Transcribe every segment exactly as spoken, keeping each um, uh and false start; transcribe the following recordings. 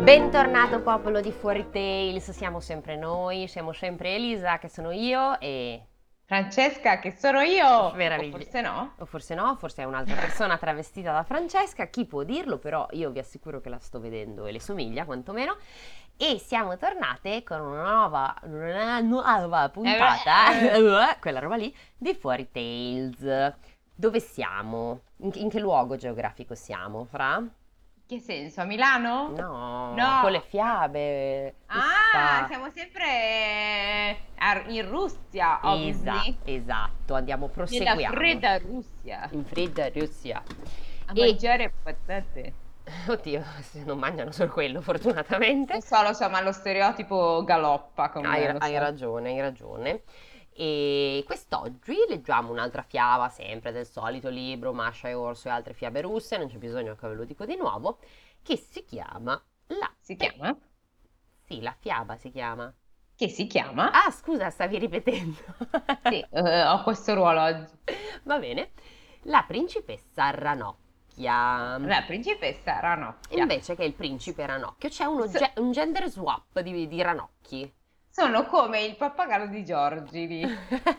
Bentornato popolo di Fuori Tales, siamo sempre noi, siamo sempre Elisa che sono io e Francesca, che sono io! O meraviglia. forse no? O forse no, forse è un'altra persona travestita da Francesca, chi può dirlo, però io vi assicuro che la sto vedendo e le somiglia quantomeno. E siamo tornate con una nuova, una nuova puntata, Eh beh, quella roba lì, di Fuori Tales. Dove siamo? In, in che luogo geografico siamo, Fra? che senso? A Milano? No, con le No. fiabe. Ah, Uffa. siamo sempre eh, a- in Russia, Esatto, obviously. esatto, andiamo, Nella proseguiamo. fredda Russia. In fredda Russia. A E, mangiare patate. oddio, se non mangiano solo quello, Lo fortunatamente. so, lo so, ma lo stereotipo galoppa con Hai, me, lo hai so. ragione, hai ragione. E quest'oggi leggiamo un'altra fiaba, sempre del solito libro, Masha e Orso e altre fiabe russe, non c'è bisogno che ve lo dico di nuovo, che si chiama La Si Pe... chiama? Sì, la fiaba si chiama. Che si chiama? Ah, scusa, stavi ripetendo. Sì, eh, ho questo ruolo oggi. Va bene. La principessa Ranocchia. La principessa Ranocchia. Invece che il principe Ranocchio, c'è uno S- ge- un gender swap di, di Ranocchi. Sono come il pappagallo di Giorgi lì.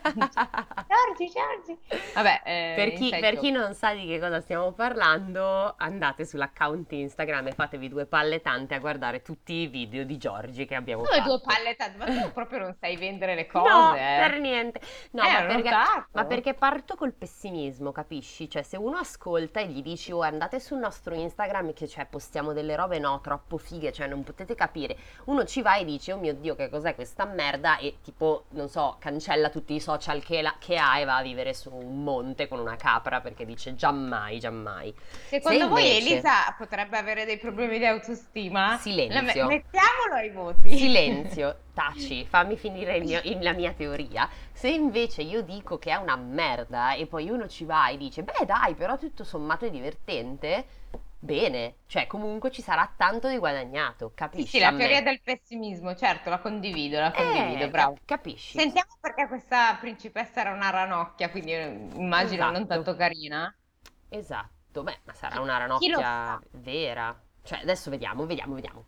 Giorgi, Giorgi. Vabbè, Per eh, chi, inside per chi joke. non sa di che cosa stiamo parlando, andate sull'account Instagram e fatevi due palle tante a guardare tutti i video di Giorgi che abbiamo Come due fatto. palle tante, ma tu proprio non sai vendere le cose, No, eh? per niente. No, Eh, ma ho perché, ma notato. perché parto col pessimismo, capisci? Cioè, se uno ascolta e gli dici, oh, andate sul nostro Instagram che cioè, postiamo delle robe, no, troppo fighe, cioè, non potete capire. Uno ci va e dice, oh mio Dio, che cos'è questa merda? E tipo, non so, cancella tutti i social che, la- che ha e va a vivere su un monte con una capra perché dice, giammai, giammai. Se Secondo voi invece, Elisa potrebbe avere dei problemi di autostima? La me- silenzio. mettiamolo ai voti. Silenzio, taci, fammi finire il mio- il- la mia teoria. Se invece io dico che è una merda e poi uno ci va e dice, beh dai, però tutto sommato è divertente, bene, cioè comunque ci sarà tanto di guadagnato, Sì, sì, capisci a la teoria me? del pessimismo, certo, la condivido, la condivido, Eh, cap- bravo. capisci? Sentiamo perché questa principessa era una ranocchia, quindi eh, immagino non Esatto, tanto carina. esatto, beh, ma sarà Chi, una chi lo ranocchia sa? vera. Cioè, adesso vediamo, vediamo, vediamo.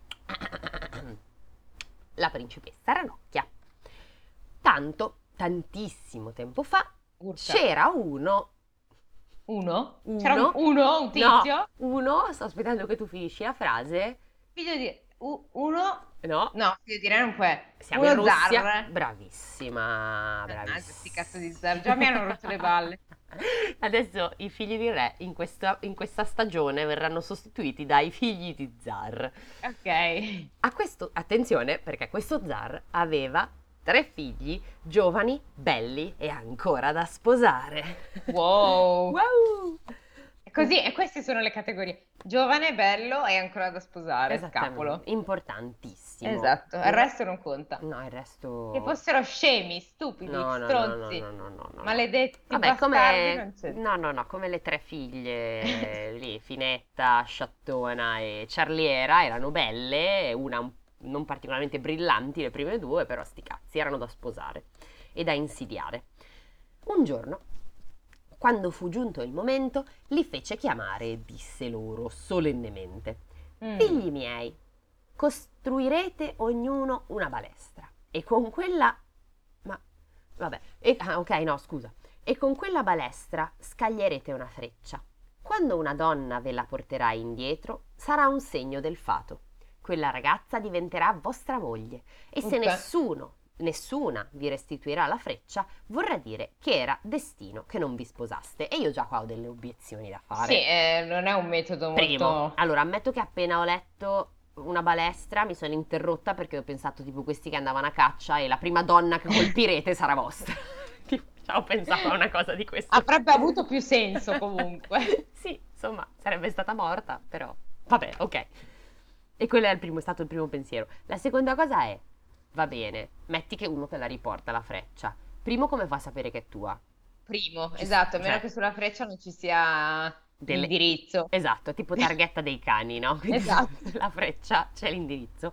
La principessa ranocchia. Tanto, tantissimo tempo fa, Urca. c'era uno, Uno? C'era un, uno, uno, un no, tizio? uno, sto aspettando che tu finisci la frase, Figlio di... u- uno? no, No, figlio di re non può. siamo in Uno Russia, zar. bravissima, Mannaggia, sti cazzo di zar. bravissima. Già mi hanno rotto le balle. Adesso i figli di re in questa, in questa stagione verranno sostituiti dai figli di zar. Ok. A questo, attenzione, perché questo zar aveva tre figli giovani, belli e ancora da sposare. Wow. Wow! E così, e queste sono le categorie. Giovane, bello e ancora da sposare, scapolo. Esattamente, importantissimo. Esatto, il Il re- resto non conta. No, il Che resto... fossero scemi, stupidi, No, no, no, no, stronzi, no, no, no, no, no. maledetti Vabbè, bastardi, come... non c'è. No, no, no, come le tre figlie lì, Finetta, Sciattona e Ciarliera, erano belle, una un- non particolarmente brillanti le prime due, però sti cazzi, erano da sposare e da insidiare. Un giorno, quando fu giunto il momento, li fece chiamare e disse loro solennemente: Mm, figli miei, costruirete ognuno una balestra e con quella... Ma vabbè, e, ah, ok, no, scusa. E con quella balestra scaglierete una freccia. Quando una donna ve la porterà indietro, sarà un segno del fato. Quella ragazza diventerà vostra moglie e se ok. nessuno, nessuna vi restituirà la freccia, vorrà dire che era destino che non vi sposaste. E io già qua ho delle obiezioni da Sì, fare. eh, non è un metodo Primo, molto... allora ammetto che appena ho letto una balestra mi sono interrotta perché ho pensato tipo questi che andavano a caccia e la prima donna che colpirete sarà vostra. Tipo, già ho pensato a una cosa di questo Avrebbe tipo. avuto più senso comunque. Sì, insomma, sarebbe stata morta, però vabbè, ok. E quello è, il primo, è stato il primo pensiero. La seconda cosa è, va bene, metti che uno te la riporta la freccia. Primo, come fa a sapere che è tua? Primo, Ci s- esatto, a meno cioè, che sulla freccia non ci sia delle... l'indirizzo. Esatto, tipo targhetta dei cani, no? Quindi Esatto. la freccia c'è l'indirizzo.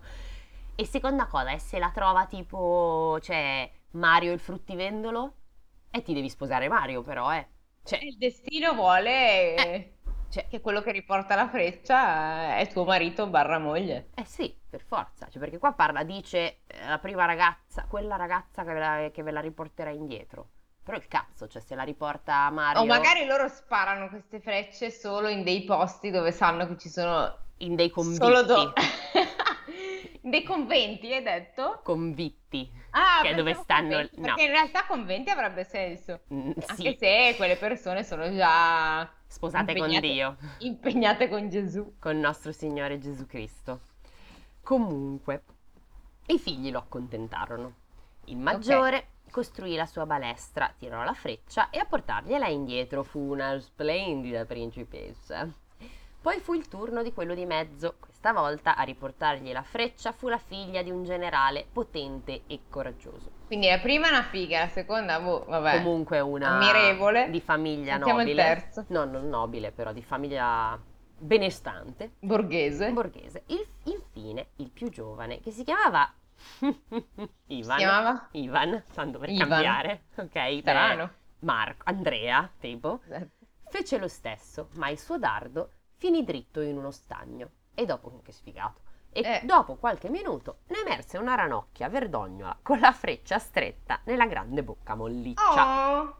E seconda cosa è se la trova tipo, cioè, Mario il fruttivendolo e ti devi sposare Mario però, eh. Cioè, E il destino eh, vuole... Cioè, che quello che riporta la freccia è tuo marito barra moglie. eh sì, per forza, cioè, perché qua parla, dice eh, la prima ragazza, quella ragazza che ve la, che ve la riporterà indietro. Però il cazzo, cioè se la riporta O Mario magari loro sparano queste frecce solo in dei posti dove sanno che ci sono in dei solo convitti, do... in dei conventi, hai detto? convitti, Ah, che è dove pensavo stanno, conventi, no, perché in realtà conventi avrebbe senso, mm, anche sì, se quelle persone sono già sposate con impegnate, Dio, impegnate con Gesù. con nostro Signore Gesù Cristo. Comunque, i figli lo accontentarono. Il Ok, maggiore costruì la sua balestra, tirò la freccia e a portargliela indietro fu una splendida principessa. Poi fu il turno di quello di mezzo. Questa volta a riportargli la freccia fu la figlia di un generale potente e coraggioso. quindi la prima è una figa, la seconda, boh, vabbè, Comunque una di ammirevole. famiglia Sentiamo il nobile, terzo, no, non nobile, però di famiglia benestante, borghese. borghese. Il- infine, il più giovane, che si chiamava Si Ivan, chiamava Ivan, tanto per Ivan. cambiare, ok? Beh, Strano. Marco, Andrea, tipo, fece lo stesso, ma il suo dardo finì dritto in uno stagno. E dopo, che sfigato, e Eh. dopo qualche minuto ne emerse una ranocchia verdognola con la freccia stretta nella grande bocca molliccia. Oh,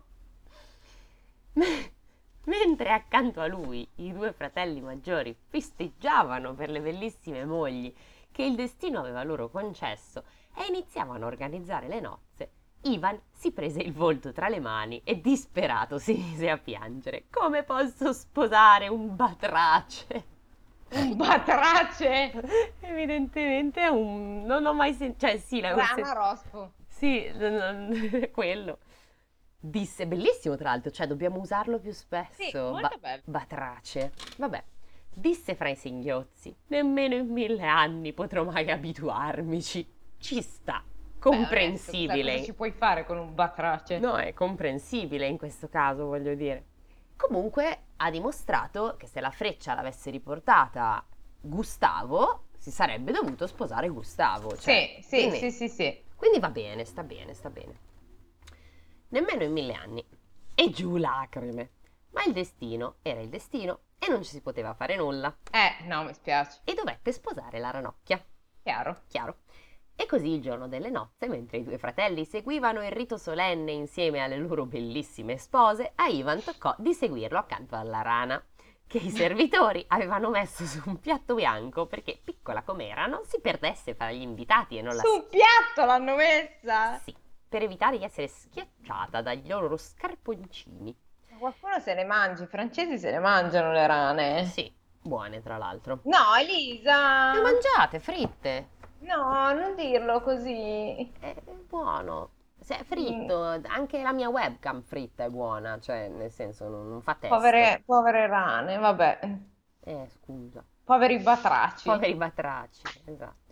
Mentre accanto a lui i due fratelli maggiori festeggiavano per le bellissime mogli che il destino aveva loro concesso e iniziavano a organizzare le nozze, Ivan si prese il volto tra le mani e disperato si mise a piangere. Come posso sposare un batrace? un batrace! Evidentemente è un... non ho mai sentito... Cioè sì, l'avevo Rana sentito... rospo. Sì, non- non- quello. Disse, bellissimo tra l'altro, cioè dobbiamo usarlo più spesso. Sì, molto bello. Batrace. Vabbè. Disse fra i singhiozzi, nemmeno in mille anni potrò mai abituarmici. Ci sta. Beh, onesto, Comprensibile. cosa ci puoi fare con un batrace? No, è comprensibile in questo caso, voglio dire. Comunque ha dimostrato che se la freccia l'avesse riportata Gustavo, si sarebbe dovuto sposare Gustavo. Cioè, Sì, sì, quindi, sì, sì, sì. quindi va bene, sta bene, sta bene. Nemmeno in mille anni. E giù lacrime. Ma il destino era il destino e non ci si poteva fare nulla. Eh, no, mi spiace. E dovette sposare la ranocchia. Chiaro. Chiaro. E così il giorno delle nozze, mentre i due fratelli seguivano il rito solenne insieme alle loro bellissime spose, a Ivan toccò di seguirlo accanto alla rana, che i servitori avevano messo su un piatto bianco perché, piccola com'era, non si perdesse fra gli invitati e non la... Su un piatto l'hanno messa! Sì, per evitare di essere schiacciata dagli loro scarponcini. Ma qualcuno se ne mangia, i francesi se ne mangiano le rane. Sì, buone tra l'altro. No, Elisa! Le mangiate, fritte. No, non dirlo così. È buono. Se è fritto, anche la mia webcam fritta è buona, cioè nel senso non, non fa test. Povere, povere rane, vabbè. Eh, scusa. Poveri batraci. Poveri batraci, esatto.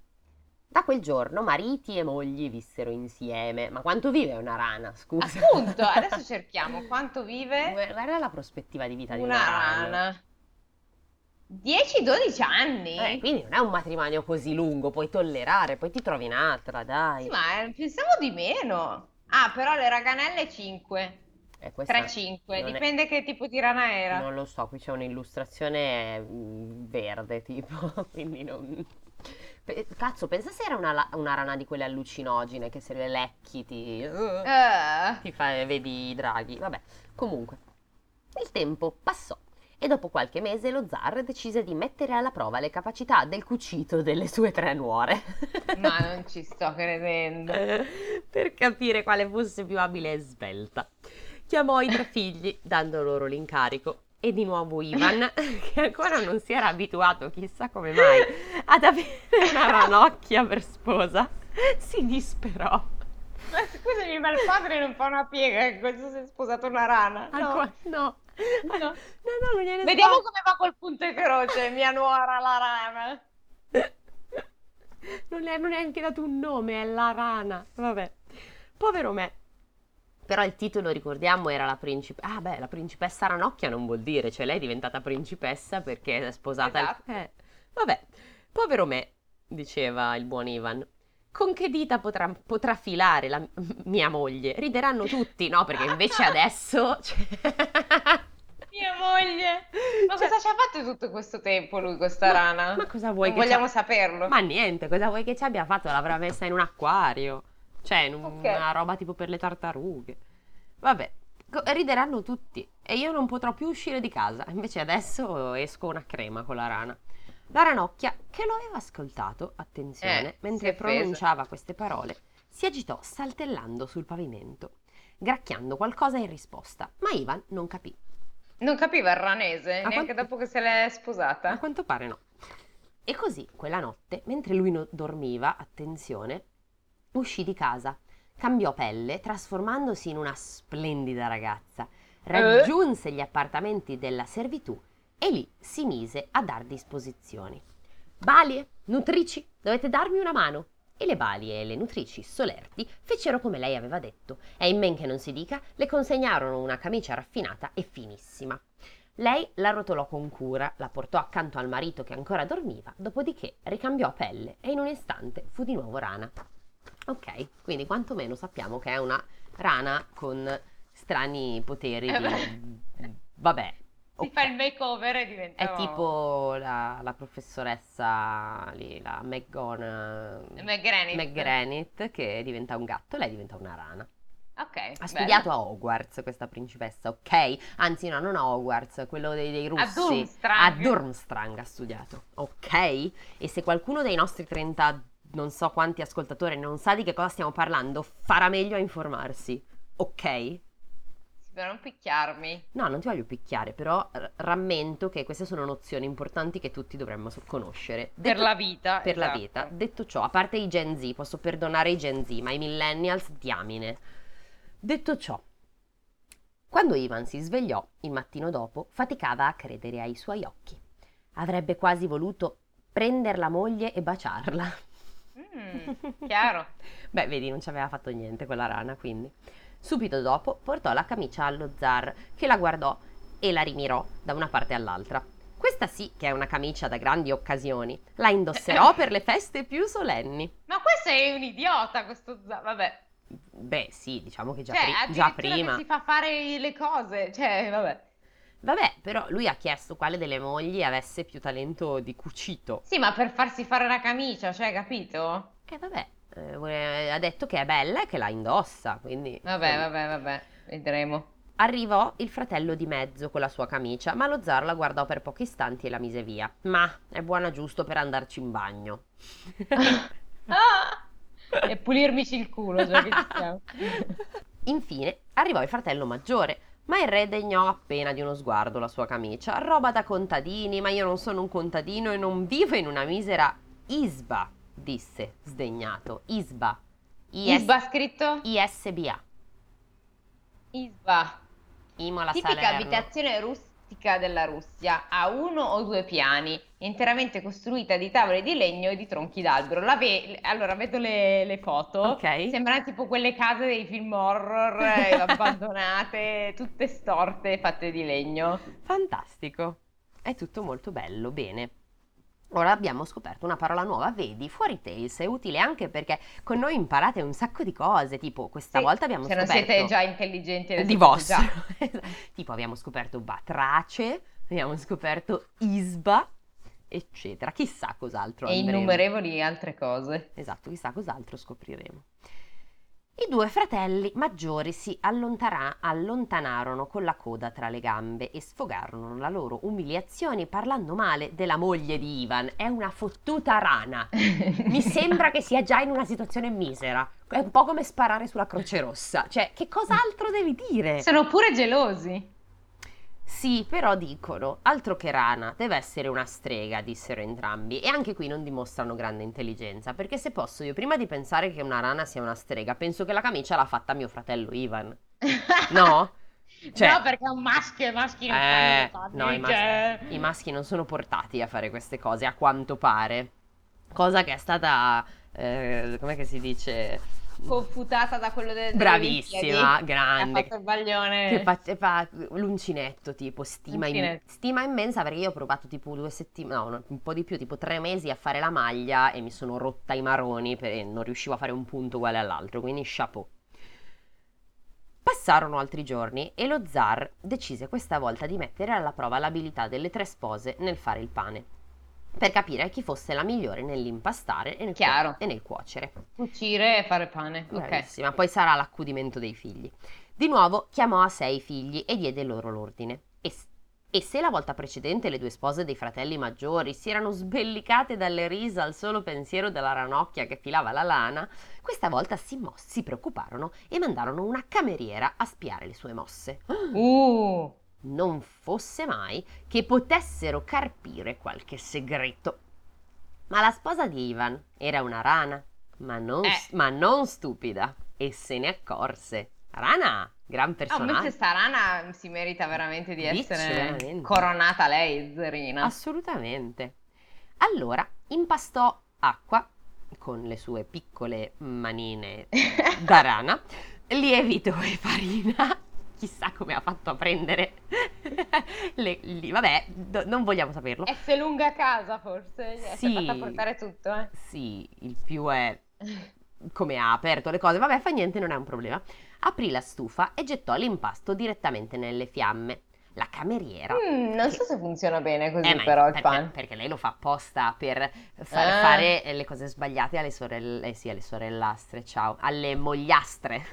Da quel giorno mariti e mogli vissero insieme. Ma quanto vive una rana, scusa? Appunto, adesso cerchiamo quanto vive Guarda la prospettiva di vita di una una rana. rana. dieci dodici anni? Eh, quindi non è un matrimonio così lungo, puoi tollerare, poi ti trovi un'altra, dai. Sì, ma eh, pensavo di meno. Ah, però le raganelle cinque. Eh, questa tre cinque, non è- dipende che tipo di rana era. Non lo so, qui c'è un'illustrazione mm, verde, tipo, quindi non... Pe- Cazzo, pensa se era una, la- una rana di quelle allucinogene che se le lecchi ti... Eh, ti fa, vedi i draghi. Vabbè, comunque, il tempo passò e dopo qualche mese lo zar decise di mettere alla prova le capacità del cucito delle sue tre nuore. ma non ci sto credendo. Per capire quale fosse più abile e svelta. Chiamò i tre figli, dando loro l'incarico. E di nuovo Ivan, che ancora non si era abituato, chissà come mai, ad avere una ranocchia per sposa, si disperò. Ma scusami, ma il padre non fa una piega che questo si è sposato una rana. No, Ancora- no. no. No, no, non gliene Vediamo so- come va col punto e croce, mia nuora la rana. Non le hanno neanche dato un nome, è la rana. Vabbè. Povero me. Però il titolo, ricordiamo, era la principessa. Ah, beh, la principessa Ranocchia non vuol dire, cioè lei è diventata principessa perché è sposata. al- Esatto. Eh, vabbè, povero me, diceva il buon Ivan. Con che dita potrà, potrà filare la mia moglie? Rideranno tutti, no? Perché invece adesso. cioè- Mia moglie. Ma Cioè, fatto tutto questo tempo lui, questa Ma, rana? ma cosa vuoi Non che ci vogliamo abbia... saperlo. Ma niente, cosa vuoi che ci abbia fatto? L'avrà messa in un acquario. Cioè, in Ok. una roba tipo per le tartarughe. Vabbè, co- rideranno tutti. E io non potrò più uscire di casa. Invece adesso esco una crema con la rana. La ranocchia, che lo aveva ascoltato, Eh, attenzione, si è mentre offesa. pronunciava queste parole, si agitò saltellando sul pavimento, gracchiando qualcosa in risposta. Ma Ivan non capì. Non capiva il ranese, A neanche quanto... dopo che se l'è A sposata. quanto pare no. E così, quella notte, mentre lui no- dormiva, attenzione, uscì di casa, cambiò pelle, trasformandosi in una splendida ragazza, Eh? raggiunse gli appartamenti della servitù e lì si mise a dar disposizioni. Balie, nutrici, dovete darmi una mano. E le balie e le nutrici solerti fecero come lei aveva detto, e in men che non si dica, le consegnarono una camicia raffinata e finissima. Lei la rotolò con cura, la portò accanto al marito che ancora dormiva, dopodiché ricambiò pelle e in un istante fu di nuovo rana. Ok, quindi quantomeno sappiamo che è una rana con strani poteri Eh beh, di... Vabbè, si fa ok. il makeover e È diventa oh, tipo la, la professoressa lì, la McGon- McGranit. McGranit, che diventa un gatto, lei diventa una rana. Ok, Ha bello. studiato a Hogwarts questa principessa, ok? Anzi, no, non a Hogwarts, quello dei, dei A russi. A Durmstrang. Durmstrang ha studiato, ok? E se qualcuno dei nostri trenta, non so quanti ascoltatori non sa di che cosa stiamo parlando, farà meglio a informarsi, ok? Sì, per non picchiarmi. No, non ti voglio picchiare, però r- rammento che queste sono nozioni importanti che tutti dovremmo so- conoscere. Per Detto- la vita, per la vita. esatto. Detto ciò, a parte i Gen Z, posso perdonare i Gen Z, ma i millennials, diamine. Detto ciò, quando Ivan si svegliò il mattino dopo, faticava a credere ai suoi occhi. Avrebbe quasi voluto prendere la moglie e baciarla. Mm, chiaro. Beh, vedi, non ci aveva fatto niente quella rana, quindi. Subito dopo portò la camicia allo zar, che la guardò e la rimirò da una parte all'altra. Questa sì che è una camicia da grandi occasioni. La indosserò per le feste più solenni. Ma questo è un idiota, questo za- Vabbè. Beh, sì, diciamo che già, Cioè, pri- già addirittura che prima. si fa fare le cose. Cioè, vabbè. Vabbè, però lui ha chiesto quale delle mogli avesse più talento di cucito. Sì, ma per farsi fare la camicia, cioè, capito? E vabbè, eh, vuole- ha detto che è bella e che la indossa, quindi Vabbè, insomma. vabbè, vabbè. Vedremo. Arrivò il fratello di mezzo con la sua camicia, ma lo zar la guardò per pochi istanti e la mise via. Ma è buona giusto per andarci in bagno. Ah! E pulirmici il culo, già che ci siamo. Infine arrivò il fratello maggiore, ma il re degnò appena di uno sguardo la sua camicia. Roba da contadini, ma io non sono un contadino e non vivo in una misera isba, disse sdegnato. Isba. I S- Isba scritto? I S B A. Isba. Imola Tipica Salerno. abitazione rustica della Russia, a uno o due piani, interamente costruita di tavole di legno e di tronchi d'albero. La ve- allora, vedo le, le foto, Ok. sembrano tipo quelle case dei film horror, eh, abbandonate, tutte storte, fatte di legno. Fantastico. È tutto molto bello, bene. Ora abbiamo scoperto una parola nuova, vedi, Fuori Tales è utile anche perché con noi imparate un sacco di cose, tipo questa Sì, volta abbiamo se non scoperto siete già intelligenti, le di sapete vostro, già. tipo abbiamo scoperto batrace, abbiamo scoperto isba, eccetera. Chissà cos'altro E andremo. innumerevoli altre cose. Esatto, chissà cos'altro scopriremo. I due fratelli maggiori si allontana- allontanarono con la coda tra le gambe e sfogarono la loro umiliazione parlando male della moglie di Ivan. È una fottuta rana. Mi sembra che sia già in una situazione misera. È un po' come sparare sulla Croce Rossa. Cioè, che cos'altro devi dire? Sono pure gelosi. Sì, però dicono, altro che rana, deve essere una strega, dissero entrambi. E anche qui non dimostrano grande intelligenza, perché se posso io, prima di pensare che una rana sia una strega, penso che la camicia l'ha fatta mio fratello Ivan. No? Cioè, No, perché è un maschio e i maschi non fanno eh, le cose. no, i, mas- cioè. i maschi non sono portati a fare queste cose, a quanto pare. Cosa che è stata, eh, com'è che si dice? Confutata da quello de- delle Bravissima, Olimpiadi, che grande. ha fatto il baglione. Che fa, fa l'uncinetto, tipo, stima, im- L'uncinetto. stima immensa perché io ho provato tipo due settimane, no, no, un po' di più, tipo tre mesi a fare la maglia e mi sono rotta i maroni per- e non riuscivo a fare un punto uguale all'altro, quindi chapeau. Passarono altri giorni e lo zar decise questa volta di mettere alla prova l'abilità delle tre spose nel fare il pane, per capire chi fosse la migliore nell'impastare e nel, cuo- Chiaro. e nel cuocere. Cucire e fare pane. Ok. Bravissima, poi sarà l'accudimento dei figli. Di nuovo chiamò a sé i figli e diede loro l'ordine. E, s- e se la volta precedente le due spose dei fratelli maggiori si erano sbellicate dalle risa al solo pensiero della ranocchia che filava la lana, questa volta si, mos- si preoccuparono e mandarono una cameriera a spiare le sue mosse. Uh, Non fosse mai che potessero carpire qualche segreto. Ma la sposa di Ivan era una rana, ma non, Eh. ma non stupida, e se ne accorse. Rana, gran oh, invece personaggio. sta rana si merita veramente di Dici, essere veramente. coronata lei, zerina. Assolutamente. Allora impastò acqua con le sue piccole manine da rana, lievito e farina. Chissà come ha fatto a prendere le, li- vabbè, do- non vogliamo saperlo. S lunga a casa, forse. Cioè, si è fatta Sì, portare tutto, eh. sì, il più è come ha aperto le cose, vabbè, fa niente, non è un problema. Aprì la stufa e gettò l'impasto direttamente nelle fiamme. La cameriera, Mm, non che- so se funziona bene così, eh, ma però, il perché, pan. perché lei lo fa apposta per far Ah. fare le cose sbagliate alle sorelle, eh sì, alle sorellastre, ciao, alle mogliastre,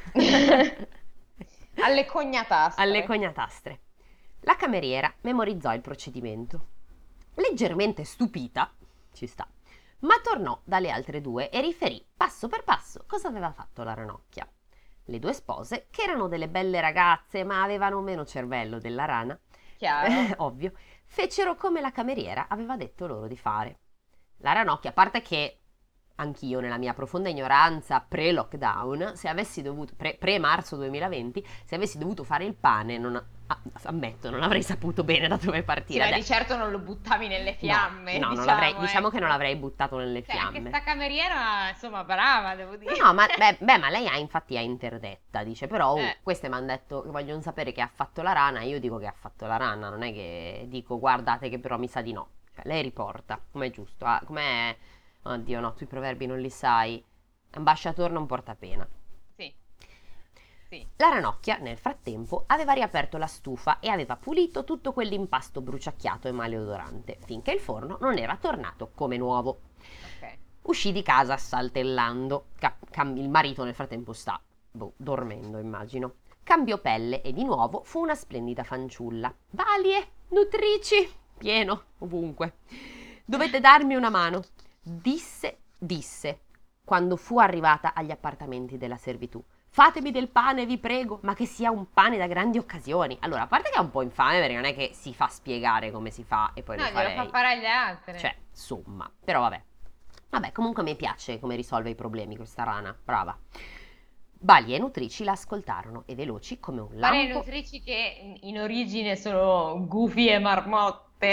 Alle cognatastre. alle cognatastre. La cameriera memorizzò il procedimento. Leggermente stupita, ci sta, ma tornò dalle altre due e riferì passo per passo cosa aveva fatto la ranocchia. Le due spose, che erano delle belle ragazze ma avevano meno cervello della rana, Chiaro. eh, ovvio, fecero come la cameriera aveva detto loro di fare. La ranocchia, a parte che anch'io nella mia profonda ignoranza pre-lockdown, se avessi dovuto, pre- pre-marzo duemilaventi, se avessi dovuto fare il pane, non, ah, ammetto, non avrei saputo bene da dove Sì, partire. ma di adesso. certo non lo buttavi nelle fiamme, No, no, non diciamo, l'avrei- diciamo ecco. che non l'avrei buttato nelle Cioè, anche fiamme. sta cameriera, insomma, brava, devo dire. No, no, ma, beh, beh, ma lei ha infatti ha interdetta, dice, però oh, Eh. queste mi hanno detto che vogliono sapere che ha fatto la rana, io dico che ha fatto la rana, non è che dico guardate che però mi sa di no. Cioè, lei riporta, com'è giusto, ah, com'è... Oddio, no, tu i proverbi non li sai. Ambasciatore non porta pena. Sì. Sì. La ranocchia, nel frattempo, aveva riaperto la stufa e aveva pulito tutto quell'impasto bruciacchiato e maleodorante, finché il forno non era tornato come nuovo. Ok. Uscì di casa saltellando. Ca- cam- il marito nel frattempo sta, boh, dormendo, immagino. Cambiò pelle e di nuovo fu una splendida fanciulla. Balie, nutrici, pieno, ovunque. Dovete darmi una mano. Disse, disse, quando fu arrivata agli appartamenti della servitù. Fatemi del pane, vi prego, ma che sia un pane da grandi occasioni. Allora, a parte che è un po' infame perché non è che si fa spiegare come si fa e poi No, lo fa glielo fa lei. fare agli altri. Cioè, insomma, però vabbè. Vabbè, comunque mi piace come risolve i problemi questa rana, brava. Bali e nutrici la ascoltarono e veloci come un Pare lampo. nutrici che in origine sono gufi e marmotte.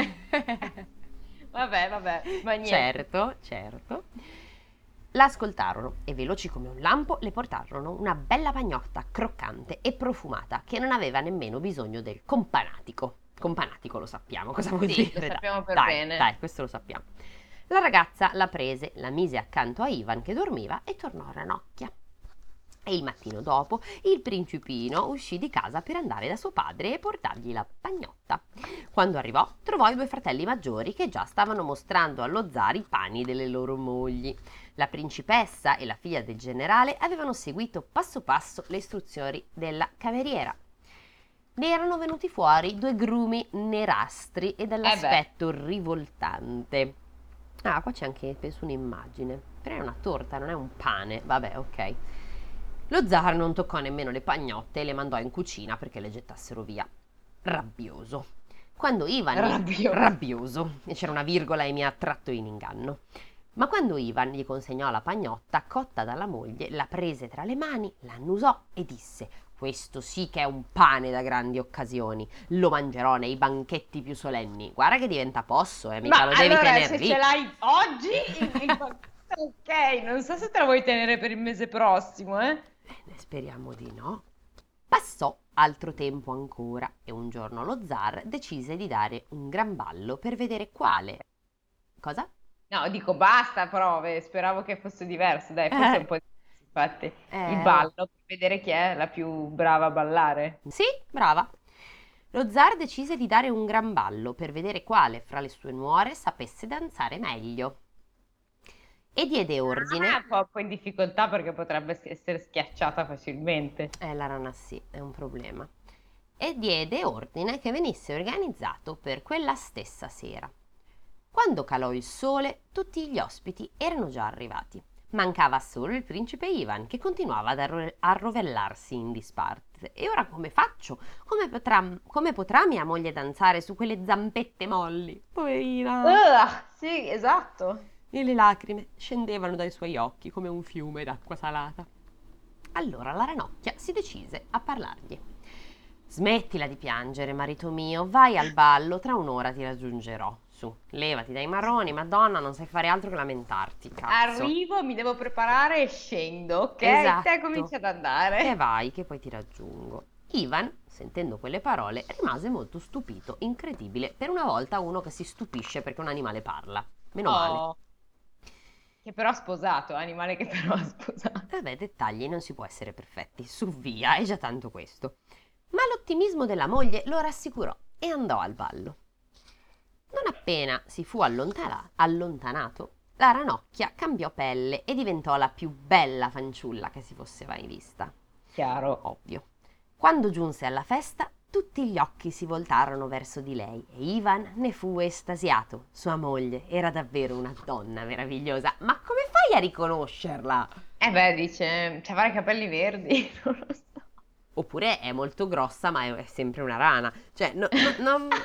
Vabbè, vabbè, ma niente. Certo, certo. L'ascoltarono e veloci come un lampo le portarono una bella pagnotta croccante e profumata che non aveva nemmeno bisogno del companatico. Companatico lo sappiamo, cosa vuol Sì, dire? lo Dai, sappiamo per dai, bene. Dai, questo lo sappiamo. La ragazza la prese, la mise accanto a Ivan che dormiva e tornò a ranocchia. E il mattino dopo il principino uscì di casa per andare da suo padre e portargli la pagnotta. Quando arrivò trovò i due fratelli maggiori che già stavano mostrando allo zar i panni delle loro mogli. La principessa e la figlia del generale avevano seguito passo passo le istruzioni della cameriera. Ne erano venuti fuori due grumi nerastri e dall'aspetto rivoltante. Ah, qua c'è anche, penso, un'immagine. Però è una torta, non è un pane. Vabbè, ok. Lo zar non toccò nemmeno le pagnotte e le mandò in cucina perché le gettassero via. Rabbioso. Quando Ivan... gli- Rabbioso. Rabbioso. E c'era una virgola e mi ha tratto in inganno. Ma quando Ivan gli consegnò la pagnotta cotta dalla moglie, la prese tra le mani, la annusò e disse: questo sì che è un pane da grandi occasioni. Lo mangerò nei banchetti più solenni. Guarda che diventa posso, eh, mica Ma lo devi allora, tenere se lì. ce l'hai oggi, il- il- ok, non so se te la vuoi tenere per il mese prossimo, eh? Bene, speriamo di no. Passò altro tempo ancora e un giorno lo zar decise di dare un gran ballo per vedere quale. Cosa? No, dico basta prove, speravo che fosse diverso, dai, forse Eh. un po' infatti, il Eh, ballo per vedere chi è la più brava a ballare. sì, brava. Lo zar decise di dare un gran ballo per vedere quale fra le sue nuore sapesse danzare meglio. E diede Non è ordine. un po' po' in difficoltà perché potrebbe essere schiacciata facilmente. Eh, la rana sì, è un problema. E diede ordine che venisse organizzato per quella stessa sera. Quando calò il sole, tutti gli ospiti erano già arrivati. Mancava solo il principe Ivan, che continuava ad arro- a rovellarsi in disparte. E ora come faccio? Come potrà, come potrà mia moglie danzare su quelle zampette molli? Poverina! Ugh, sì, esatto. E le lacrime scendevano dai suoi occhi come un fiume d'acqua salata. Allora la ranocchia si decise a parlargli. Smettila di piangere, marito mio, vai al ballo, tra un'ora ti raggiungerò. Su, levati dai marroni, Madonna, non sai fare altro che lamentarti, cazzo. Arrivo, mi devo preparare e scendo, ok? Te Esatto. cominci ad Che andare. vai, che poi ti raggiungo. Ivan, sentendo quelle parole, rimase molto stupito. Incredibile, per una volta uno che si stupisce perché un animale parla. Meno male. Oh, che però ha sposato, animale che però ha sposato. Vabbè, dettagli, non si può essere perfetti. Su via, è già tanto questo. Ma l'ottimismo della moglie lo rassicurò e andò al ballo. Non appena si fu allontana- allontanato, la ranocchia cambiò pelle e diventò la più bella fanciulla che si fosse mai vista. Chiaro. Ovvio. Quando giunse alla festa, tutti gli occhi si voltarono verso di lei e Ivan ne fu estasiato. Sua moglie era davvero una donna meravigliosa. Ma come fai a riconoscerla? Eh beh, dice, cioè, avrà i capelli verdi, non lo so. Oppure è molto grossa, ma è, è sempre una rana. Cioè, no, no, non-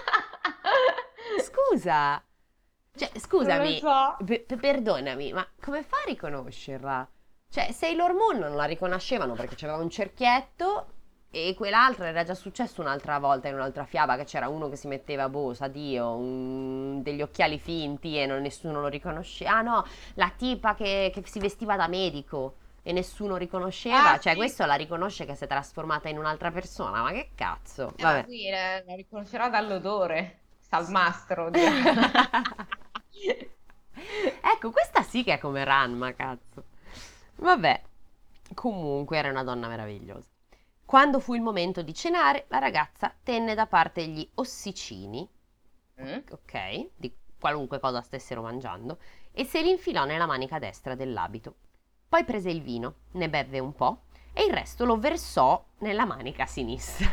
Scusa. Cioè, Non lo scusami, so. pe- pe- perdonami, ma come fa a riconoscerla? Cioè, Sailor Moon non la riconoscevano perché c'aveva un cerchietto e quell'altra era già successo un'altra volta in un'altra fiaba che c'era uno che si metteva, boh, sa Dio, un- degli occhiali finti e non- nessuno lo riconosceva. Ah no, la tipa che, che si vestiva da medico e nessuno riconosceva. Ah, Cioè, sì. questo la riconosce che si è trasformata in un'altra persona. Ma che cazzo? Eh, ma Vabbè. qui eh, la riconoscerà dall'odore. Salmastro, dirà. Ecco, questa sì che è come Ranma, cazzo. Vabbè, comunque era una donna meravigliosa. Quando fu il momento di cenare, la ragazza tenne da parte gli ossicini, Mm? ok, di qualunque cosa stessero mangiando, e se li infilò nella manica destra dell'abito. Poi prese il vino, ne bevve un po' e il resto lo versò nella manica sinistra.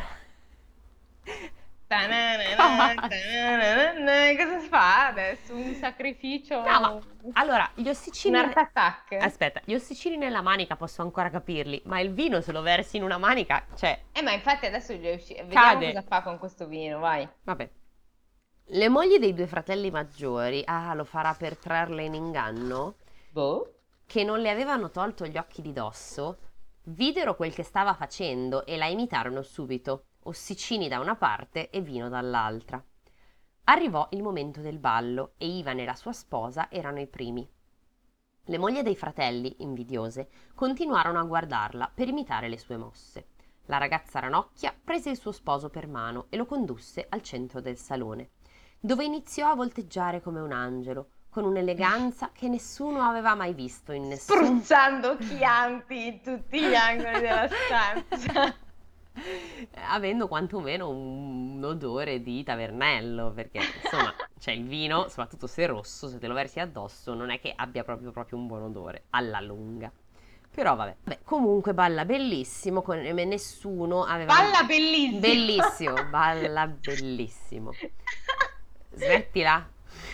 Ta-na-na-na, ta-na-na-na. Cosa si fa adesso? Un sacrificio? No, ma allora, gli Un ossicini... art attack? Aspetta, gli ossicini nella manica posso ancora capirli, ma il vino se lo versi in una manica, cioè, Eh, ma infatti adesso gli è usci- vediamo cade. cosa fa con questo vino, vai. Vabbè. Le mogli dei due fratelli maggiori, ah, lo farà per trarle in inganno, Boh. che non le avevano tolto gli occhi di dosso, videro quel che stava facendo e la imitarono subito, ossicini da una parte e vino dall'altra. Arrivò il momento del ballo e Ivan e la sua sposa erano i primi. Le mogli dei fratelli, invidiose, continuarono a guardarla per imitare le sue mosse. La ragazza ranocchia prese il suo sposo per mano e lo condusse al centro del salone, dove iniziò a volteggiare come un angelo, con un'eleganza che nessuno aveva mai visto in nessun... Spruzzando chianti in tutti gli angoli della stanza. avendo quantomeno un, un odore di tavernello, perché insomma c'è il vino, soprattutto se è rosso, se te lo versi addosso, non è che abbia proprio, proprio un buon odore, alla lunga. Però vabbè, vabbè, comunque balla bellissimo, con, e nessuno aveva... Balla bellissimo. Bellissimo, balla bellissimo. Smettila.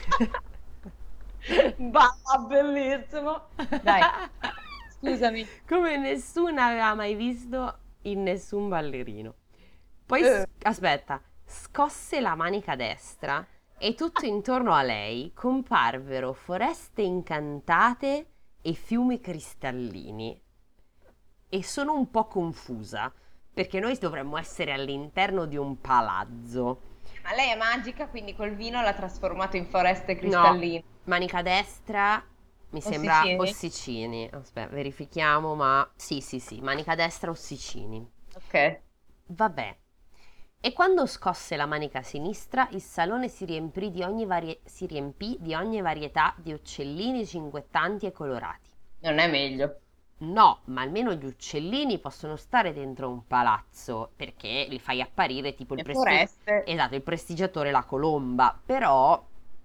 Balla bellissimo. Dai, scusami. Come nessuno aveva mai visto in nessun ballerino. Poi, Eh. s- aspetta, scosse la manica destra e tutto intorno a lei comparvero foreste incantate e fiumi cristallini. E sono un po' confusa, perché noi dovremmo essere all'interno di un palazzo. Ma lei è magica, quindi col vino l'ha trasformato in foreste No, cristalline. manica destra mi sembra Ossicini? ossicini. Aspetta, verifichiamo, ma sì, sì, sì, manica destra ossicini. Ok. Vabbè. E quando scosse la manica sinistra, il salone si riempì di ogni, varie- si riempì di ogni varietà di uccellini cinguettanti e colorati. Non è meglio. No, ma almeno gli uccellini possono stare dentro un palazzo, perché li fai apparire tipo il Le presti- foreste. esatto, il prestigiatore, la colomba, però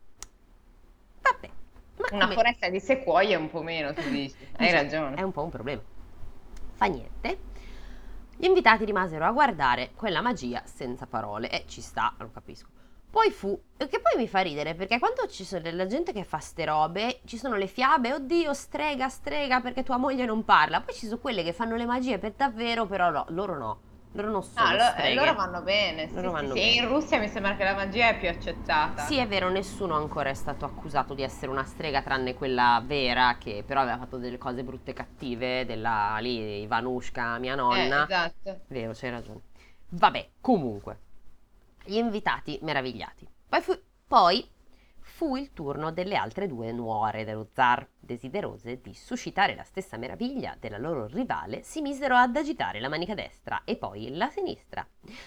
vabbè, ma Una come foresta di sequoia è un po' meno, tu dici. Hai dice, è ragione. un po' un problema. Fa niente. Gli invitati rimasero a guardare quella magia senza parole. E ci sta, lo capisco. Poi fu, che poi mi fa ridere, perché quando ci sono della gente che fa ste robe, ci sono le fiabe, oddio, strega, strega, perché tua moglie non parla. Poi ci sono quelle che fanno le magie per davvero, però no, loro no. Loro non Ah, sono lo- eh, loro streghe. vanno bene. Loro Sì, sì, vanno sì. E bene. in Russia mi sembra che la magia è più Sì, accettata. è vero, nessuno ancora è stato accusato di essere una strega, tranne quella vera, che però aveva fatto delle cose brutte e cattive, della lì, Ivanushka, mia Eh, nonna. esatto. Vero, c'hai ragione. Vabbè, comunque, gli invitati meravigliati. Poi fu, poi fu il turno delle altre due nuore dello zar, desiderose di suscitare la stessa meraviglia della loro rivale, si misero ad agitare la manica destra e poi la sinistra.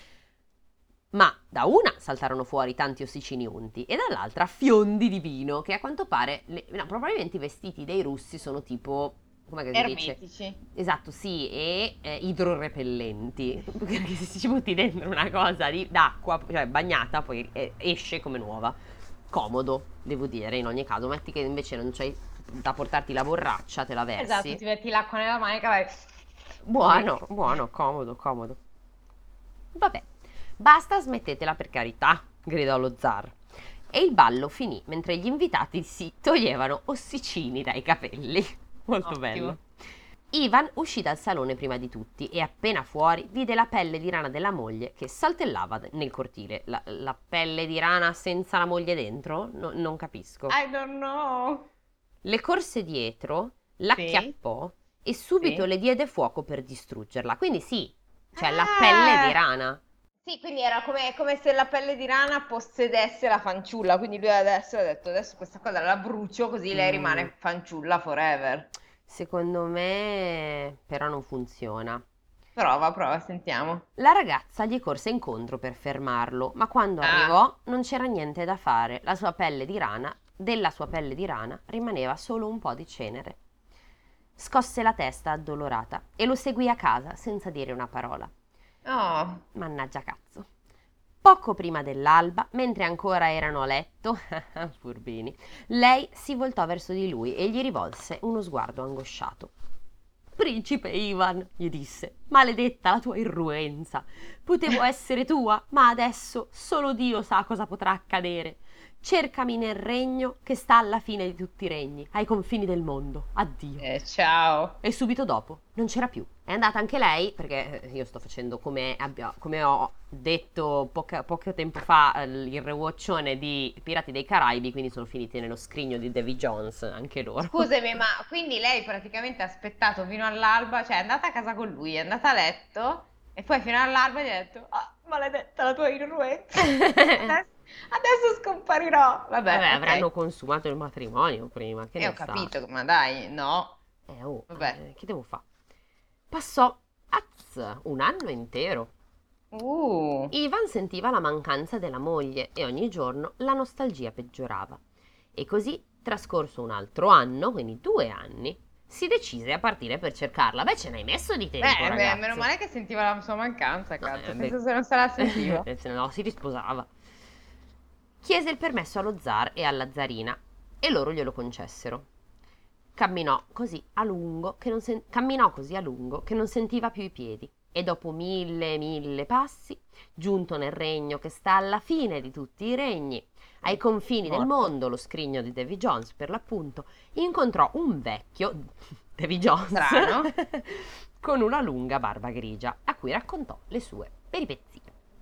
Ma da una saltarono fuori tanti ossicini unti e dall'altra fiondi di vino, che a quanto pare, le- no, probabilmente i vestiti dei russi sono tipo, come si dice? Ermetici. Esatto, sì, e eh, idrorepellenti, perché se ci butti dentro una cosa di, d'acqua, cioè bagnata, poi eh, esce come nuova. Comodo, devo dire, in ogni caso. Metti che invece non c'hai da portarti la borraccia, te la Esatto, versi. ti metti l'acqua nella manica, vai. Così. Buono, buono, comodo, comodo. Vabbè, basta, smettetela per carità, gridò lo zar. E il ballo finì mentre gli invitati si toglievano ossicini dai capelli. Molto Ottimo. bello. Ivan uscì dal salone prima di tutti e appena fuori vide la pelle di rana della moglie che saltellava nel cortile. La, la pelle di rana senza la moglie dentro? No- non capisco. I don't know. Le corse dietro, Sì, l'acchiappò e subito sì. le diede fuoco per distruggerla. Quindi sì, cioè la pelle di Ah! rana. Sì, quindi era come, come se la pelle di rana possedesse la fanciulla, quindi lui adesso ha detto adesso questa cosa la brucio così lei Mm, rimane fanciulla forever. secondo me però non funziona. Prova, prova, sentiamo. La ragazza gli corse incontro per fermarlo, ma quando Ah, arrivò non c'era niente da fare. La sua pelle di rana, della sua pelle di rana, rimaneva solo un po' di cenere. Scosse la testa addolorata e lo seguì a casa senza dire una parola. oh, Mannaggia cazzo. Poco prima dell'alba, mentre ancora erano a letto, furbini, lei si voltò verso di lui e gli rivolse uno sguardo angosciato. Principe Ivan, gli disse, maledetta la tua irruenza. Potevo essere tua, ma adesso solo Dio sa cosa potrà accadere. Cercami nel regno che sta alla fine di tutti i regni, ai confini del mondo. Addio. eh, ciao. E subito dopo non c'era più. È andata anche lei, perché eh, io sto facendo come, abbia- come ho detto poca- poco tempo fa eh, il rewatchone di Pirati dei Caraibi, quindi sono finiti nello scrigno di Davy Jones, anche loro. Scusami, ma quindi lei praticamente ha aspettato fino all'alba, cioè è andata a casa con lui, è andata a letto e poi fino all'alba gli ha detto, ah, maledetta la tua irruenza, adesso, adesso scomparirò. Vabbè, Vabbè, avranno ok. consumato il matrimonio prima, che E ho ne sa. capito, ma dai, no. Eh, oh, Vabbè. eh, che devo fare? Passò, az, un anno intero. Uh, Ivan sentiva la mancanza della moglie e ogni giorno la nostalgia peggiorava. E così, trascorso un altro anno, quindi due anni, si decise a partire per cercarla. Beh, ce n'hai messo di tempo, beh, beh, meno ragazzo. male che sentiva la sua mancanza, No, cazzo, eh, beh, penso se non se la sentiva. se no si risposava. Chiese il permesso allo zar e alla zarina e loro glielo concessero. Camminò così a lungo che non sen- camminò così a lungo che non sentiva più i piedi e dopo mille e mille passi, giunto nel regno che sta alla fine di tutti i regni, ai confini del Morto. mondo, lo scrigno di Davy Jones per l'appunto, incontrò un vecchio, Davy Jones, Strano. con una lunga barba grigia, a cui raccontò le sue peripezie.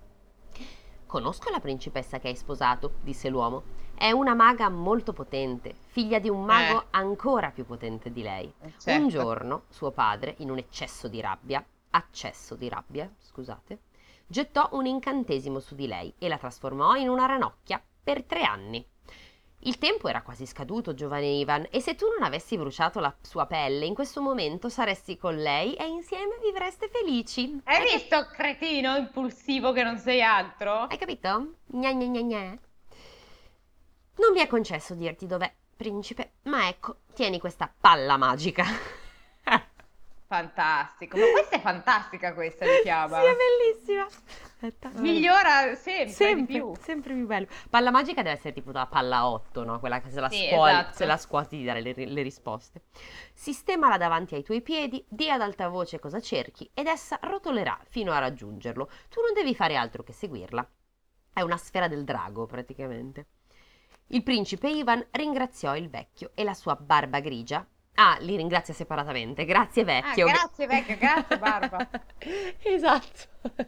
Conosco la principessa che hai sposato, disse l'uomo. È una maga molto potente, figlia di un Eh, mago ancora più potente di lei. Un certo. giorno suo padre, in un eccesso di rabbia, accesso di rabbia, scusate, gettò un incantesimo su di lei e la trasformò in una ranocchia per tre anni. Il tempo era quasi scaduto, giovane Ivan, e se tu non avessi bruciato la sua pelle, in questo momento saresti con lei e insieme vivreste felici. Hai Hai, cap- visto, cretino impulsivo che non sei altro? hai capito? Gna gna gna gna. Non mi è concesso dirti dov'è, principe, ma ecco, tieni questa palla magica. Fantastico, ma questa è fantastica questa di Sì, fiaba. è bellissima. Aspetta, vabbè. Migliora sempre, di Sempre, più. sempre più bello. Palla magica deve essere tipo da palla otto, no? Quella che se la Sì, scuoli, esatto. se la scuoti ti dare le, le risposte. Sistemala davanti ai tuoi piedi, di ad alta voce cosa cerchi ed essa rotolerà fino a raggiungerlo. Tu non devi fare altro che seguirla. È una sfera del drago, praticamente. Il principe Ivan ringraziò il vecchio e la sua barba grigia. Ah, li ringrazia separatamente. Grazie Ah, vecchio. grazie vecchio, grazie barba. Esatto.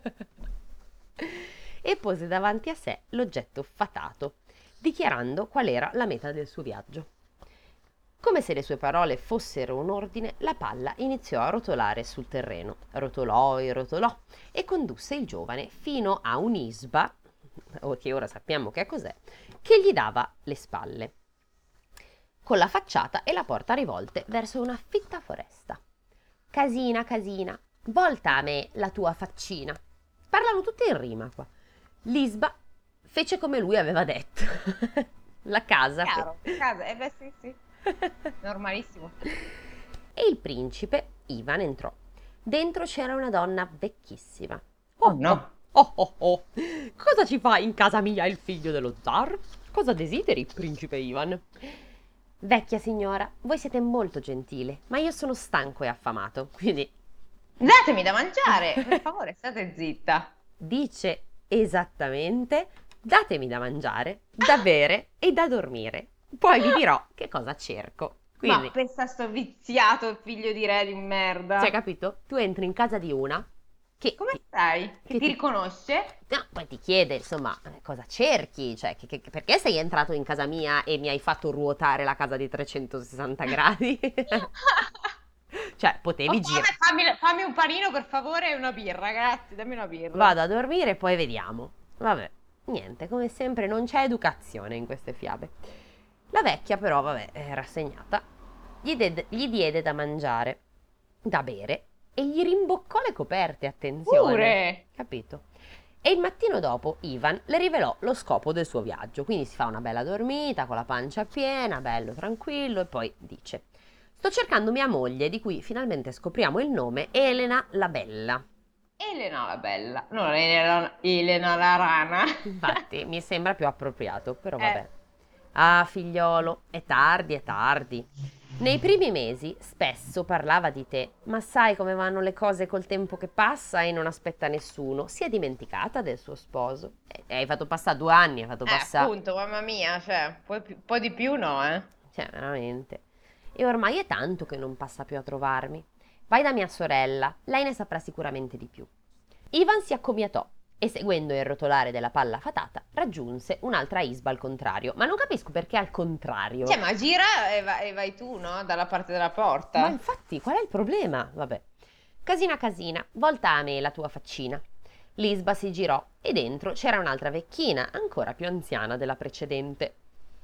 E pose davanti a sé l'oggetto fatato, dichiarando qual era la meta del suo viaggio. Come se le sue parole fossero un ordine, la palla iniziò a rotolare sul terreno. Rotolò e rotolò e condusse il giovane fino a un'isba, che ora sappiamo che cos'è, che gli dava le spalle, con la facciata e la porta rivolte verso una fitta foresta. Casina, casina, volta a me la tua faccina. Parlano tutti in rima qua. L'isba fece come lui aveva detto. La casa. Chiaro, casa, eh beh sì, sì, normalissimo. E il principe Ivan entrò. Dentro c'era una donna vecchissima. Oh no. Oh, oh, oh. Cosa ci fa in casa mia il figlio dello zar? Cosa desideri, principe Ivan? Vecchia signora, voi siete molto gentile, ma io sono stanco e affamato, quindi Datemi da mangiare, per favore, state zitta. dice esattamente: datemi da mangiare, da bere e da dormire. Poi vi dirò che cosa cerco. Quindi, Ma pensa sto viziato figlio di re di merda. cioè, capito? Tu entri in casa di una che Come ti, stai? che Che ti ti- riconosce? no, poi ti chiede, insomma, eh, cosa cerchi? Cioè, che- che- perché sei entrato in casa mia e mi hai fatto ruotare la casa di trecentosessanta gradi? Cioè, Ho potevi fame, girare. fammi, fammi un panino per favore e una birra, grazie, dammi una birra. Vado a dormire e poi vediamo. Vabbè, niente, come sempre non c'è educazione in queste fiabe. La vecchia però, vabbè, è rassegnata. Gli, de- gli diede da mangiare, da bere e gli rimboccò le coperte, attenzione. Pure! Capito? E il mattino dopo Ivan le rivelò lo scopo del suo viaggio. Quindi si fa una bella dormita con la pancia piena, bello tranquillo, e poi dice: sto cercando mia moglie, di cui finalmente scopriamo il nome, Elena la Bella. Elena la bella, no, Elena, Elena la rana. Infatti, mi sembra più appropriato, però vabbè. Eh, Ah, figliolo, è tardi, è tardi. Nei primi mesi spesso parlava di te, ma sai come vanno le cose col tempo che passa e non aspetta nessuno. Si è dimenticata del suo sposo. E hai fatto passare due anni, hai fatto eh, passare... appunto, mamma mia, cioè, un po' più- po' di più no, eh. Cioè, veramente. E ormai è tanto che non passa più a trovarmi. Vai da mia sorella, lei ne saprà sicuramente di più. Ivan si accomiatò e, seguendo il rotolare della palla fatata, raggiunse un'altra isba al contrario. Ma non capisco perché al contrario. Cioè, ma gira e, va- e vai tu, no? Dalla parte della porta. Ma infatti, qual è il problema? Vabbè. Casina casina, volta a me la tua faccina. L'isba si girò e dentro c'era un'altra vecchina, ancora più anziana della precedente.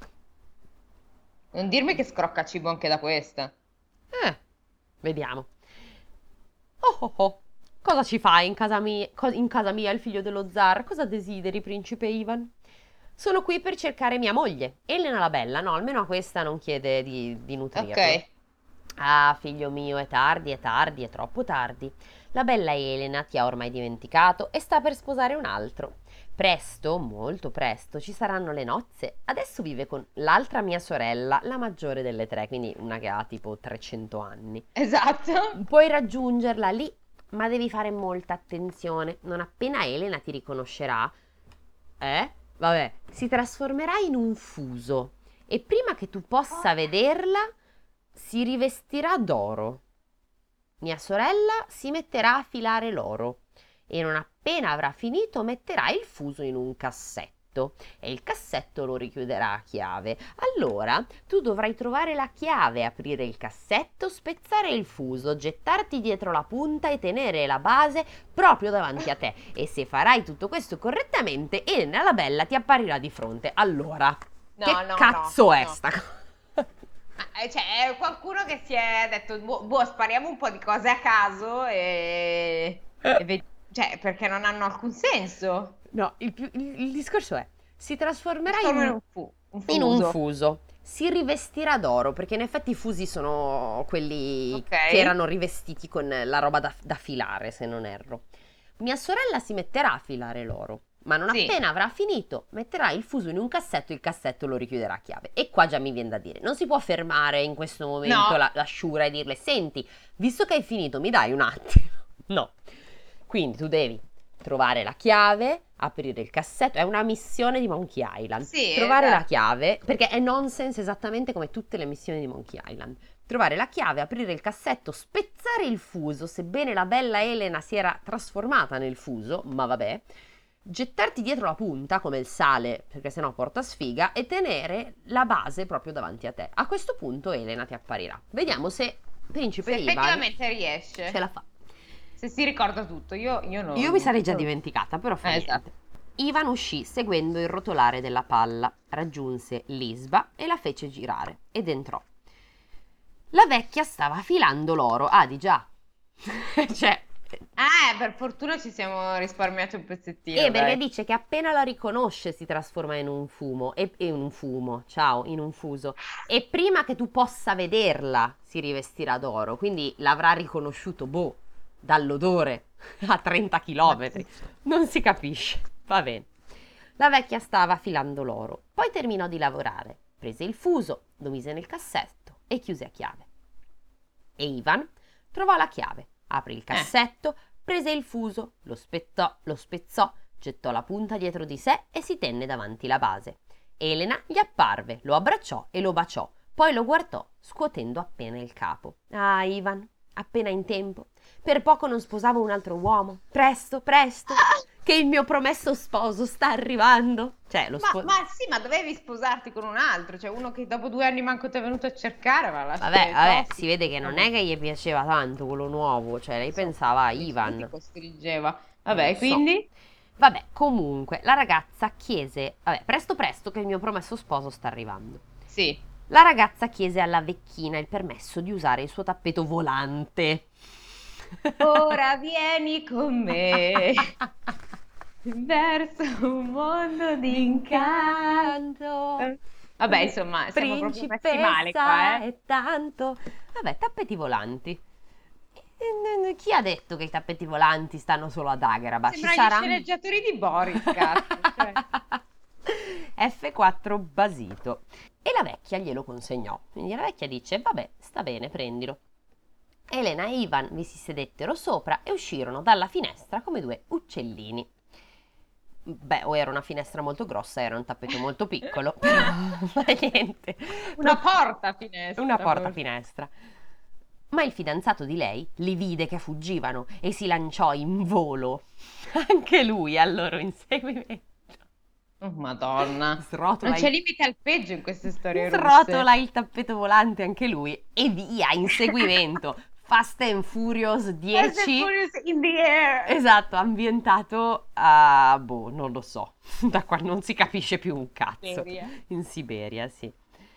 Non dirmi che scrocca cibo anche da questa. Eh, vediamo. Oh oh oh, cosa ci fai in casa mia, co- in casa mia il figlio dello zar? Cosa desideri, principe Ivan? Sono qui per cercare mia moglie, Elena la Bella. No, almeno a questa non chiede di, di nutrirlo. Ok. Ah, figlio mio, è tardi, è tardi, è troppo tardi. La bella Elena ti ha ormai dimenticato e sta per sposare un altro. Presto, molto presto, ci saranno le nozze. Adesso vive con l'altra mia sorella, la maggiore delle tre, quindi una che ha tipo trecento anni. Esatto. Puoi raggiungerla lì, ma devi fare molta attenzione. Non appena Elena ti riconoscerà, eh? Vabbè, si trasformerà in un fuso e prima che tu possa vederla si rivestirà d'oro. Mia sorella si metterà a filare l'oro e non appena avrà finito metterà il fuso in un cassetto e il cassetto lo richiuderà a chiave. Allora tu dovrai trovare la chiave, aprire il cassetto, spezzare il fuso, gettarti dietro la punta e tenere la base proprio davanti a te. E se farai tutto questo correttamente, Elena la Bella ti apparirà di fronte. Allora, No, che no, cazzo no, è no. sta cosa? Ma, eh, Cioè, è qualcuno che si è detto, boh, boh, spariamo un po' di cose a caso e... e ve- cioè, perché non hanno alcun senso. No, il, più- il- il discorso è, si trasformerà in Trasformano un, un, fu- un in un fuso. fuso, si rivestirà d'oro, perché in effetti i fusi sono quelli Ok. che erano rivestiti con la roba da, da filare, se non erro. Mia sorella si metterà a filare l'oro, ma non Sì. appena avrà finito, metterà il fuso in un cassetto, il cassetto lo richiuderà a chiave. E qua già mi viene da dire, non si può fermare in questo momento No. la, la Shura e dirle, senti, visto che hai finito, mi dai un attimo? No. Quindi tu devi trovare la chiave, aprire il cassetto, è una missione di Monkey Island. Sì, Trovare la esatto. chiave, perché è nonsense esattamente come tutte le missioni di Monkey Island. Trovare la chiave, aprire il cassetto, spezzare il fuso, sebbene la bella Elena si era trasformata nel fuso, ma vabbè, gettarti dietro la punta come il sale, perché sennò porta sfiga, e tenere la base proprio davanti a te. A questo punto Elena ti apparirà. Vediamo se Principe Se Ivan effettivamente riesce. ce la fa. Se si ricorda tutto. Io, io non... Io mi sarei già dimenticata, però fa Eh, niente. esatto. Ivan uscì seguendo il rotolare della palla, raggiunse l'Isba e la fece girare ed entrò. La vecchia stava filando l'oro. Ah, di già. Cioè, Eh, per fortuna ci siamo risparmiati un pezzettino. e perché dai. dice che appena la riconosce si trasforma in un fumo, e, in un fumo, ciao, in un fuso. E prima che tu possa vederla si rivestirà d'oro, quindi l'avrà riconosciuto, boh, dall'odore a trenta chilometri. Non si capisce. Va bene. La vecchia stava filando l'oro, poi terminò di lavorare, prese il fuso, lo mise nel cassetto e chiuse a chiave. E Ivan trovò la chiave, aprì il cassetto, prese il fuso, lo spettò, lo spezzò, gettò la punta dietro di sé e si tenne davanti la base. Elena gli apparve, lo abbracciò e lo baciò, poi lo guardò, scuotendo appena il capo. Ah, Ivan, appena in tempo. Per poco non sposavo un altro uomo. Presto, presto, che il mio promesso sposo sta arrivando. Cioè, lo Ma, sposo... ma sì, ma dovevi sposarti con un altro, cioè uno che dopo due anni manco ti è venuto a cercare, ma lascia Vabbè, le vabbè, tosti. si vede che non è che gli piaceva tanto quello nuovo, cioè lei pensava a Ti Ivan. costringeva. Vabbè, Non so. quindi? Vabbè, comunque, la ragazza chiese, vabbè, presto presto che il mio promesso sposo sta arrivando. Sì. La ragazza chiese alla vecchina il permesso di usare il suo tappeto volante. Ora vieni con me verso un mondo di incanto. Vabbè, insomma, siamo proprio messi male qua, eh. E tanto. Vabbè, tappeti volanti. E- Chi ha detto che i tappeti volanti stanno solo ad Agrabah? Ci Sembrano gli saranno... sceneggiatori di Boris, cazzo. Cioè. F quattro basito. E la vecchia glielo consegnò. Quindi la vecchia dice, vabbè, sta bene, prendilo. Elena e Ivan vi si sedettero sopra e uscirono dalla finestra come due uccellini. Beh, o era una finestra molto grossa, era un tappeto molto piccolo, però ma niente. Una porta finestra. Una porta forse. finestra. Ma il fidanzato di lei li vide che fuggivano e si lanciò in volo. Anche lui al loro inseguimento. Oh, Madonna. Srotola, Non c'è il, limite al peggio in queste storie russe. srotola il tappeto volante anche lui e via, inseguimento. Fast and Furious Fast and dieci. Furious in the air. Esatto, ambientato a, boh, non lo so, da qua non si capisce più un cazzo. Siberia. In Siberia, sì.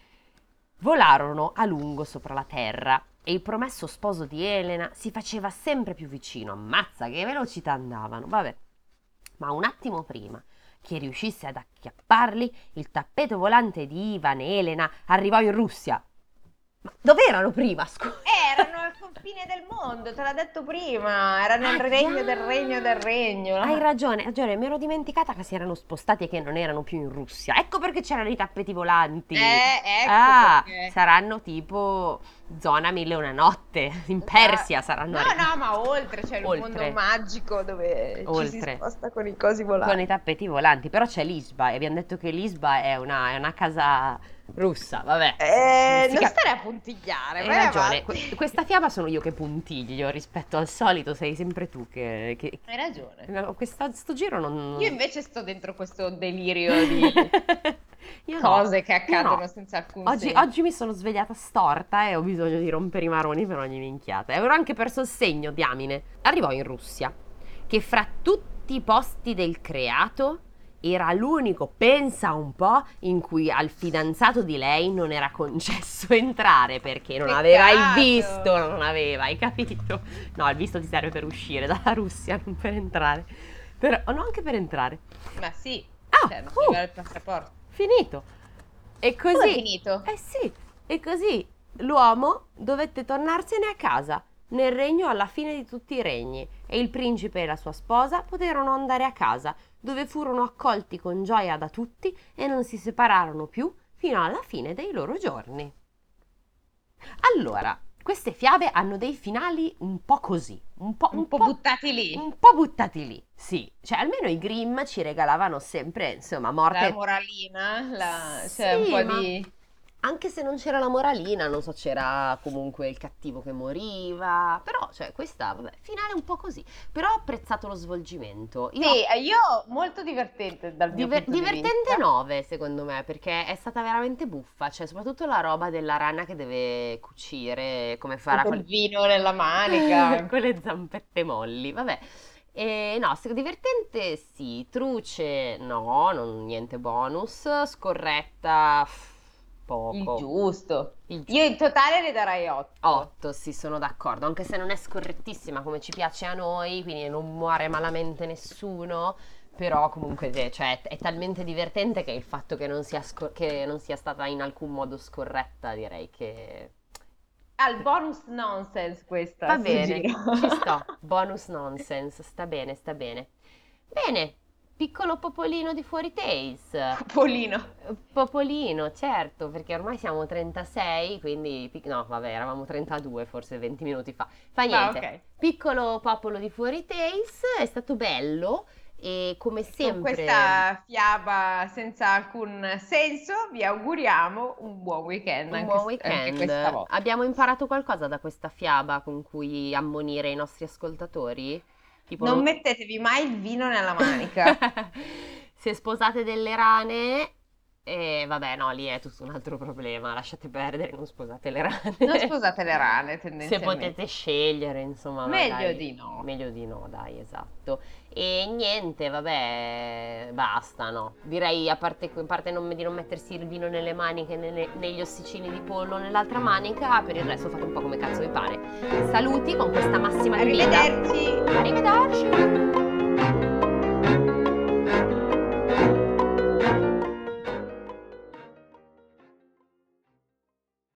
Volarono a lungo sopra la terra e il promesso sposo di Elena si faceva sempre più vicino. Ammazza, che velocità andavano, vabbè. Ma un attimo prima che riuscisse ad acchiapparli, il tappeto volante di Ivan e Elena arrivò in Russia. Ma dove erano prima, scusa? Erano al confine del mondo, te l'ha detto prima. Era nel Ah, regno già. del regno del regno. Hai ragione, hai ragione, mi ero dimenticata che si erano spostati e che non erano più in Russia. Ecco perché c'erano i tappeti volanti. Eh, ecco ah, perché. saranno tipo zona mille e una notte, in Persia saranno No, arri- no, ma oltre, c'è il Oltre. mondo magico dove ci si Oltre. sposta con i cosi volanti. con i tappeti volanti. Però c'è l'Isba e abbiamo detto che l'Isba è una, è una casa russa, vabbè. Eh, Si non ca- stare a puntigliare, Hai vai ragione, avanti. que- questa fiaba sono io che puntiglio rispetto al solito, sei sempre tu che... che... Hai ragione. No, questa- sto giro non... Io invece sto dentro questo delirio di Io no, cose che io accadono no. senza alcun Oggi, senso. oggi mi sono svegliata storta e ho bisogno di rompere i maroni per ogni minchiata. E avevo anche perso il segno, diamine. Arrivò in Russia, che fra tutti i posti del creato era l'unico, pensa un po', in cui al fidanzato di lei non era concesso entrare perché non aveva il Peccato. visto, non aveva, hai capito? No, il visto ti serve per uscire dalla Russia, non per entrare. Però, no, anche per entrare. Ma sì, Ah, cioè, non uh. aveva il passaporto. Finito. E Come è così, finito? eh sì, e così l'uomo dovette tornarsene a casa, nel regno alla fine di tutti i regni, e il principe e la sua sposa poterono andare a casa, dove furono accolti con gioia da tutti e non si separarono più fino alla fine dei loro giorni. Allora, queste fiabe hanno dei finali un po' così, un po', Un un po' po', buttati lì. un po' buttati lì, sì. Cioè, almeno i Grimm ci regalavano sempre, insomma, La morte. moralina, la... cioè un Sì, po' ma di... anche se non c'era la moralina, non so, c'era comunque il cattivo che moriva, però, cioè, questa, vabbè, finale un po' così. Però ho apprezzato lo svolgimento. Io ho Sì, eh, io molto divertente dal mio Diver- punto di divertente vista. nove secondo me, perché è stata veramente buffa, cioè soprattutto la roba della rana che deve cucire, come farà con Col vino nella manica. con le zampette molli, vabbè. E no, se- divertente sì, truce no, non, niente bonus, scorretta pff, Il poco. giusto. Il Io in totale le darei otto. otto, sì, sono d'accordo, anche se non è scorrettissima come ci piace a noi, quindi non muore malamente nessuno, però comunque eh, cioè, è talmente divertente che il fatto che non sia, scor- che non sia stata in alcun modo scorretta, direi che Al bonus nonsense questa va a sto bene, giro. ci sto, bonus nonsense, sta bene, sta bene. Bene, piccolo popolino di Fuori Tales. Polino. Popolino, certo, perché ormai siamo trentasei, quindi pic- no, vabbè, eravamo trentadue forse venti minuti fa. Fa Ah, niente. ok. Piccolo popolo di Fuori Tales, è stato bello e come E con sempre questa fiaba senza alcun senso vi auguriamo un buon weekend un anche, buon anche questa weekend. volta. Abbiamo imparato qualcosa da questa fiaba con cui ammonire i nostri ascoltatori? Tipo Non non... mettetevi mai il vino nella manica. Se sposate delle rane, e vabbè, no, lì è tutto un altro problema. Lasciate perdere, non sposate le Non rane. sposate le rane Se tendenzialmente. potete scegliere, insomma, Meglio magari di no. meglio di no, dai, esatto. E niente, vabbè, basta, no. Direi a parte, a parte non- di non mettersi il vino nelle maniche, nelle- negli ossicini di pollo nell'altra manica, per il resto fate un po' come cazzo vi pare. Saluti con questa massima di vita. Arrivederci. Arrivederci!